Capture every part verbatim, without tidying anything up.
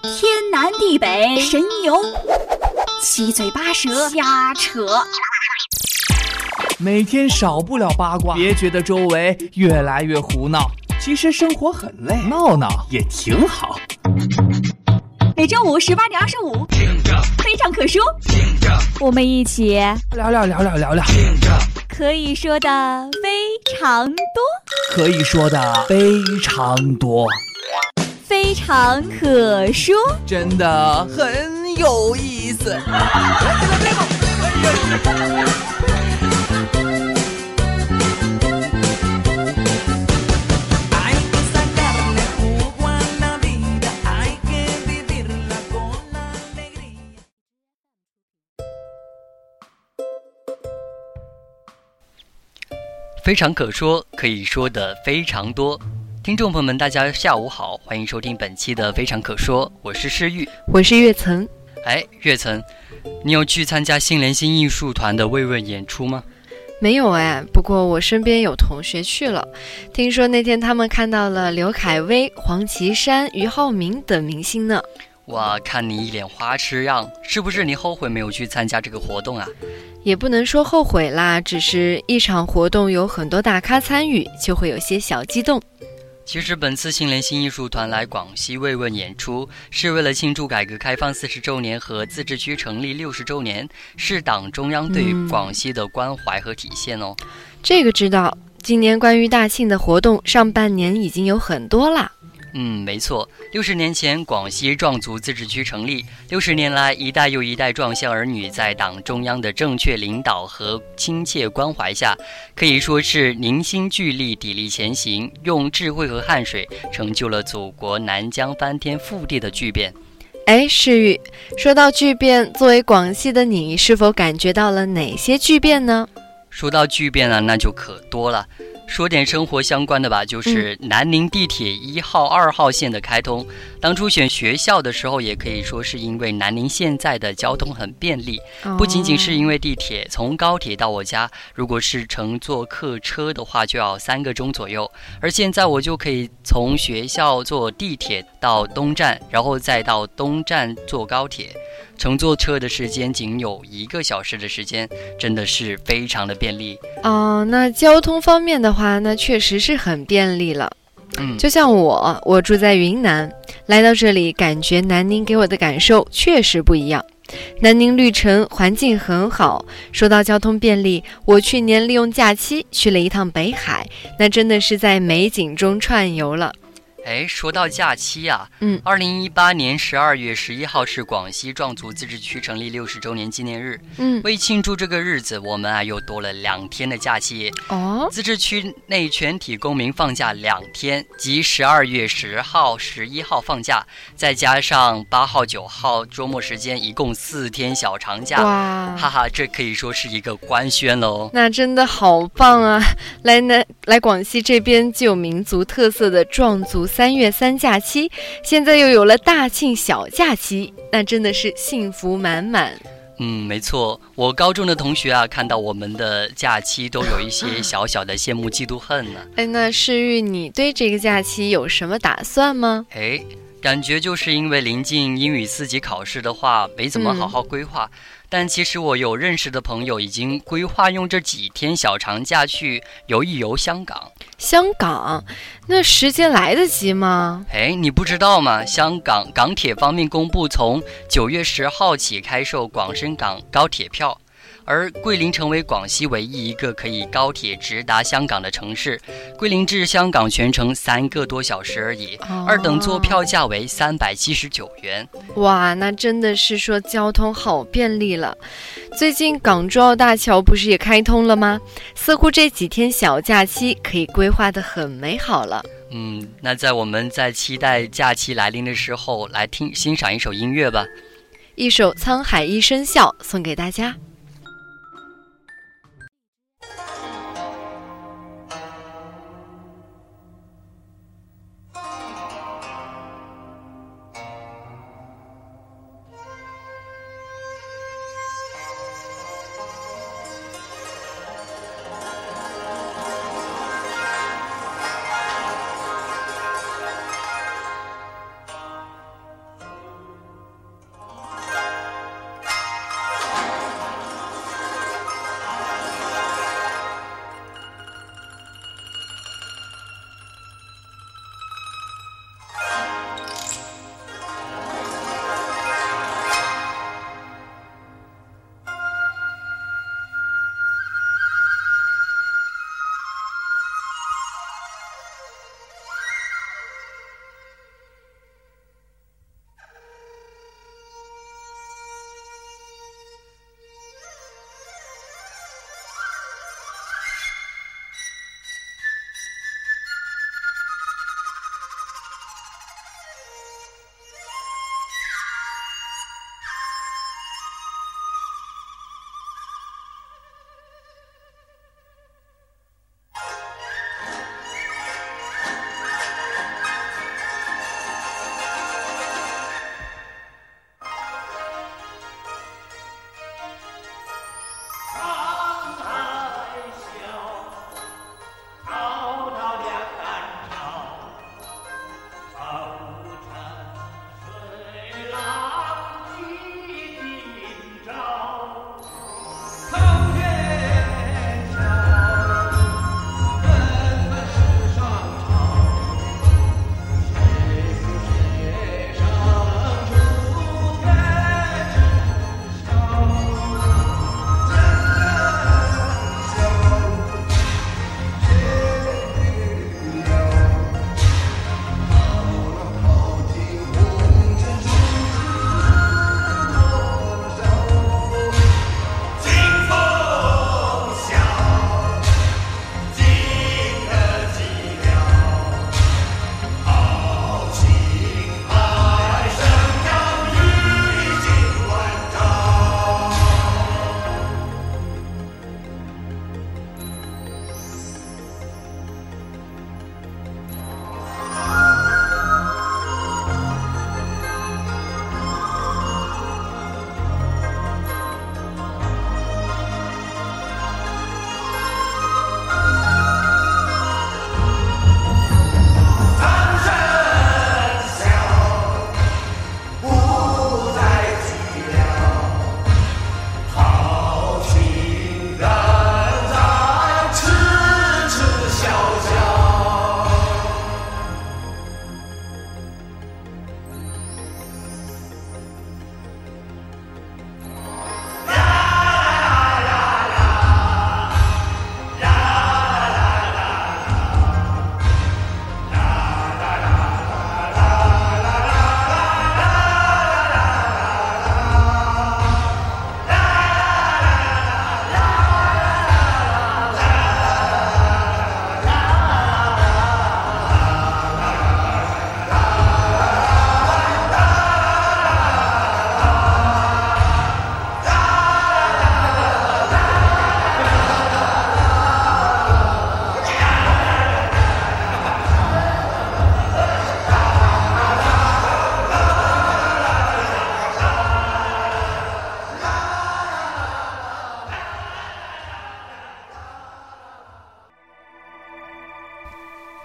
天南地北神游，七嘴八舌瞎扯。 每天少不了八卦，别觉得周围越来越胡闹，其实生活很累，闹闹也挺好。 每周五十八点二十五，非常可说，我们一起聊聊聊聊聊聊， 可以说的非常多， 可以说的非常多， 非常可说， 真的很有意思。 非常可说，可以说的非常多。听众朋友们，大家下午好，欢迎收听本期的非常可说，我是诗玉， 我是月曾。 哎，月曾，你有去参加新联新艺术团的慰问演出吗？ 没有哎，不过我身边有同学去了，听说那天他们看到了刘恺威、黄绮珊、俞灏明等明星呢。 哇，看你一脸花痴样，是不是你后悔没有去参加这个活动啊？ 也不能说后悔啦，只是一场活动有很多大咖参与，就会有些小激动。 其实本次新联新艺术团来广西慰问演出，是为了庆祝改革开放四十周年和自治区成立六十周年，是党中央对广西的关怀和体现哦。 嗯、这个知道，今年关于大庆的活动，上半年已经有很多啦。 嗯，没错，六十年前广西壮族自治区成立，六十年来一代又一代壮乡儿女在党中央的正确领导和亲切关怀下，可以说是凝心聚力，砥砺前行，用智慧和汗水成就了祖国南疆翻天覆地的巨变。 哎，诗玉，说到巨变，作为广西的你，是否感觉到了哪些巨变呢？ 说到巨变啊，那就可多了。说点生活相关的吧，就是南宁地铁一号、二号线的开通。当初选学校的时候，也可以说是因为南宁现在的交通很便利，不仅仅是因为地铁，从高铁到我家，如果是乘坐客车的话，就要三个钟左右。而现在我就可以从学校坐地铁到东站，然后再到东站坐高铁。乘坐车的时间仅有一个小时的时间，真的是非常的便利。 哦，那交通方面的话，那确实是很便利了。 嗯， 就像我，我住在云南，来到这里，感觉南宁给我的感受确实不一样。南宁绿城环境很好，说到交通便利，我去年利用假期去了一趟北海，那真的是在美景中串游了。 哎，说到假期啊， 嗯， 二零一八年十二月十一号是广西壮族自治区成立六十周年纪念日。 嗯， 为庆祝这个日子，我们啊又多了两天的假期。 哦， 自治区内全体公民放假两天，即十二月十号、十一号放假，再加上八号、九号周末时间，一共四天小长假。 哇， 哈哈，这可以说是一个官宣喽。 那真的好棒啊！来南来广西这边既有民族特色的壮族三月三假期，现在又有了大庆小假期，那真的是幸福满满。 嗯，没错，我高中的同学啊，看到我们的假期都有一些小小的羡慕嫉妒恨呢。 哎，那诗玉，你对这个假期有什么打算吗？ 哎，感觉就是因为临近英语四级考试的话，没怎么好好规划。嗯，但其实我有认识的朋友已经规划用这几天小长假去游一游香港。 香港，那时间来得及吗？ 哎，你不知道吗？香港港铁方面公布，从九月十号起开售广深港高铁票。而桂林成为广西唯一一个可以高铁直达香港的城市，桂林至香港全程三个多小时而已，哦、二等座票价为三百七十九元。 哇，那真的是说交通好便利了。最近港珠澳大桥不是也开通了吗？似乎这几天小假期可以规划得很美好了。 嗯，那在我们在期待假期来临的时候，来听欣赏一首音乐吧。 一首《沧海一声笑》送给大家。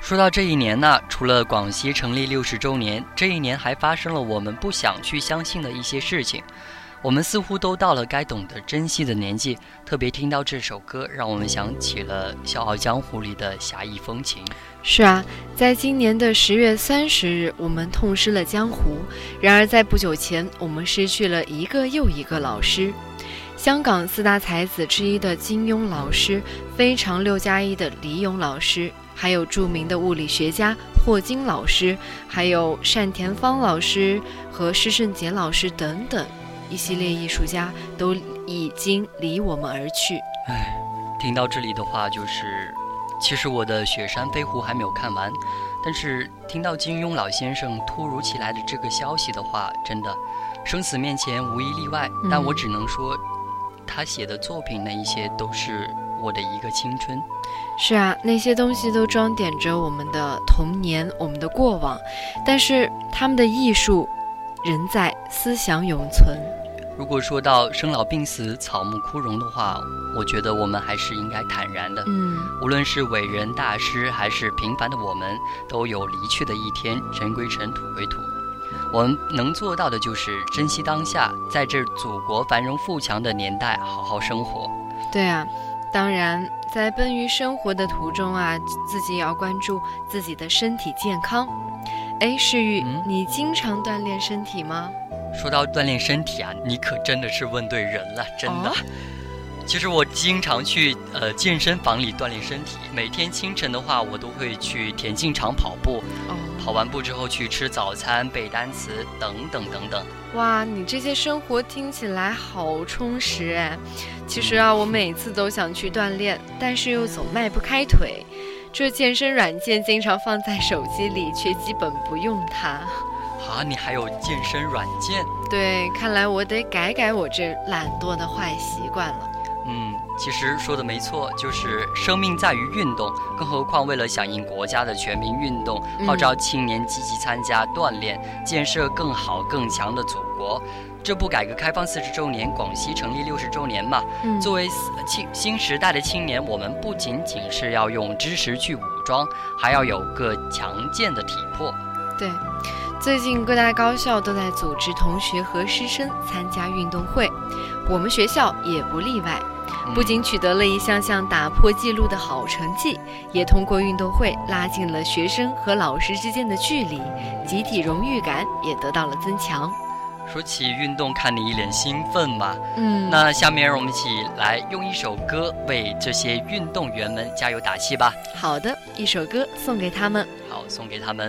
说到这一年呢，除了广西成立六十周年，这一年还发生了我们不想去相信的一些事情。我们似乎都到了该懂得珍惜的年纪，特别听到这首歌，让我们想起了《笑傲江湖》里的侠义风情。 是啊，在今年的十月三十日，我们痛失了江湖。然而在不久前，我们失去了一个又一个老师。香港四大才子之一的金庸老师，非常六加一的李咏老师，还有著名的物理学家霍金老师，还有单田芳老师和施圣杰老师等等一系列艺术家都已经离我们而去。 唉，听到这里的话，就是其实我的雪山飞狐还没有看完，但是听到金庸老先生突如其来的这个消息的话，真的生死面前无一例外、嗯、但我只能说他写的作品那一些都是我的一个青春。 是啊，那些东西都装点着我们的童年，我们的过往，但是他们的艺术仍在，思想永存。 如果说到生老病死草木枯荣的话，我觉得我们还是应该坦然的。 嗯， 无论是伟人大师还是平凡的我们，都有离去的一天，尘归尘，土归土。我们能做到的就是珍惜当下，在这祖国繁荣富强的年代好好生活。 对啊，当然在奔于生活的途中啊，自己也要关注自己的身体健康。哎，世玉、嗯、你经常锻炼身体吗？ 说到锻炼身体啊，你可真的是问对人了，真的、哦、其实我经常去呃健身房里锻炼身体，每天清晨的话我都会去田径场跑步、哦、跑完步之后去吃早餐，背单词等等等等。 哇，你这些生活听起来好充实哎。其实啊，我每次都想去锻炼，但是又总迈不开腿，这健身软件经常放在手机里，却基本不用它。 啊，你还有健身软件？ 对，看来我得改改我这懒惰的坏习惯了。 嗯，其实说的没错，就是生命在于运动，更何况为了响应国家的全民运动，号召青年积极参加锻炼，建设更好更强的祖国。这不改革开放四十周年，广西成立六十周年嘛、嗯、作为新时代的青年，我们不仅仅是要用知识去武装，还要有个强健的体魄。 对，最近各大高校都在组织同学和师生参加运动会，我们学校也不例外，不仅取得了一项项打破纪录的好成绩，也通过运动会拉近了学生和老师之间的距离，集体荣誉感也得到了增强。 说起运动，看你一脸兴奋嘛， 嗯， 那下面让我们一起来用一首歌为这些运动员们加油打气吧。 好的，一首歌送给他们。 好，送给他们。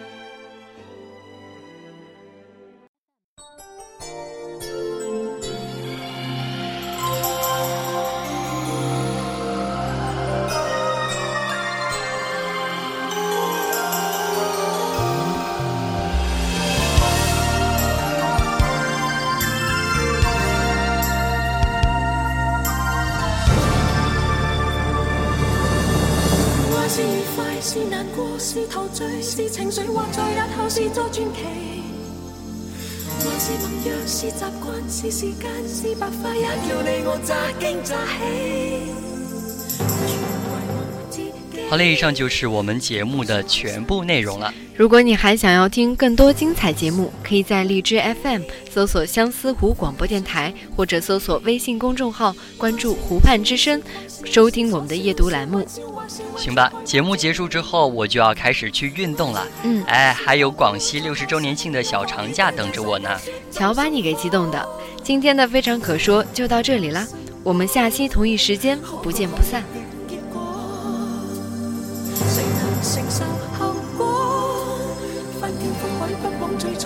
是難過，是陶醉，是情緒，或在日後是作傳奇，還是盟約，是習慣，是時間，是白髮，也叫你我乍驚乍喜。 好了，以上就是我们节目的全部内容了。 如果你还想要听更多精彩节目，可以在荔枝 F M 搜索相思湖广播电台，或者搜索微信公众号关注湖畔之声，收听我们的夜读栏目。 行吧，节目结束之后我就要开始去运动了。 嗯， 哎，还有广西六十周年庆的小长假等着我呢。 瞧把你给激动的。今天的非常可说就到这里啦，我们下期同一时间不见不散。 承受後果，翻天覆海不枉最初。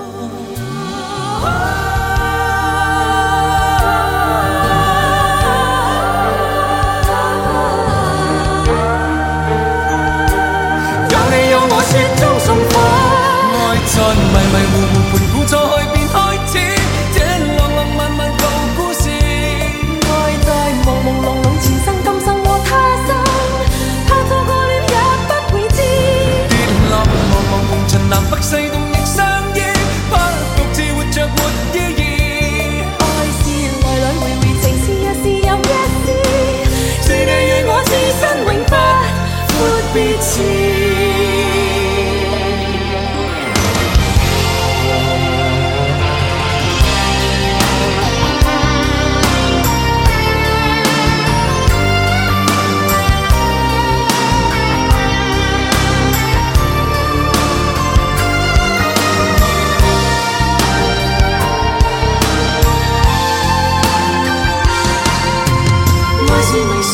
有你有我雪中送火，愛在迷迷糊糊盤古錯去便開始，這浪浪漫漫舊故事。愛在朦朦朧朧前生今生和他生，怕錯過了也不會知。跌落茫茫紅塵南北西東亦相依，怕獨自活着沒意義。愛是來來回回，情是一時又一時，是你與我此生永不闊別時。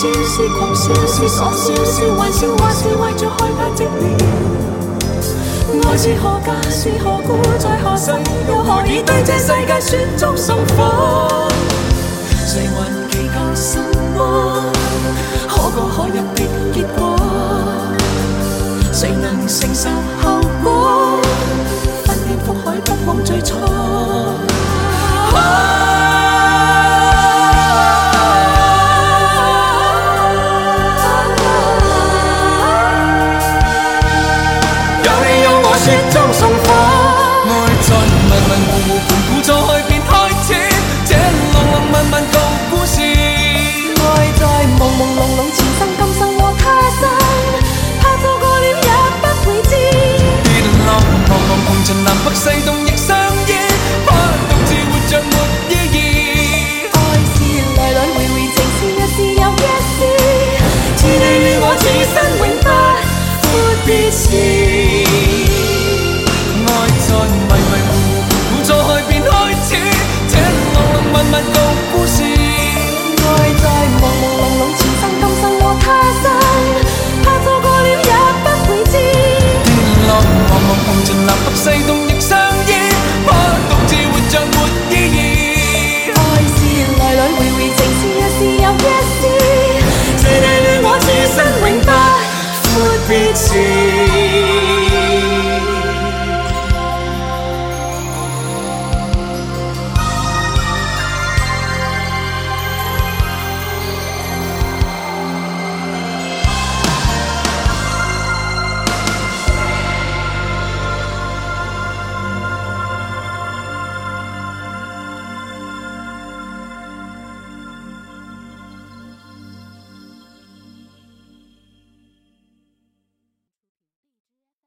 笑，是狂笑，是傻笑，是玩笑，還是為着害怕寂寥？愛是何價，是何故，在何世，又何以對這世界雪中送火？誰還祈求什麼？可歌可泣的結果，誰能承受後果？翻天覆海不枉最初。有你有我雪中送火，愛在迷迷糊糊盤古初開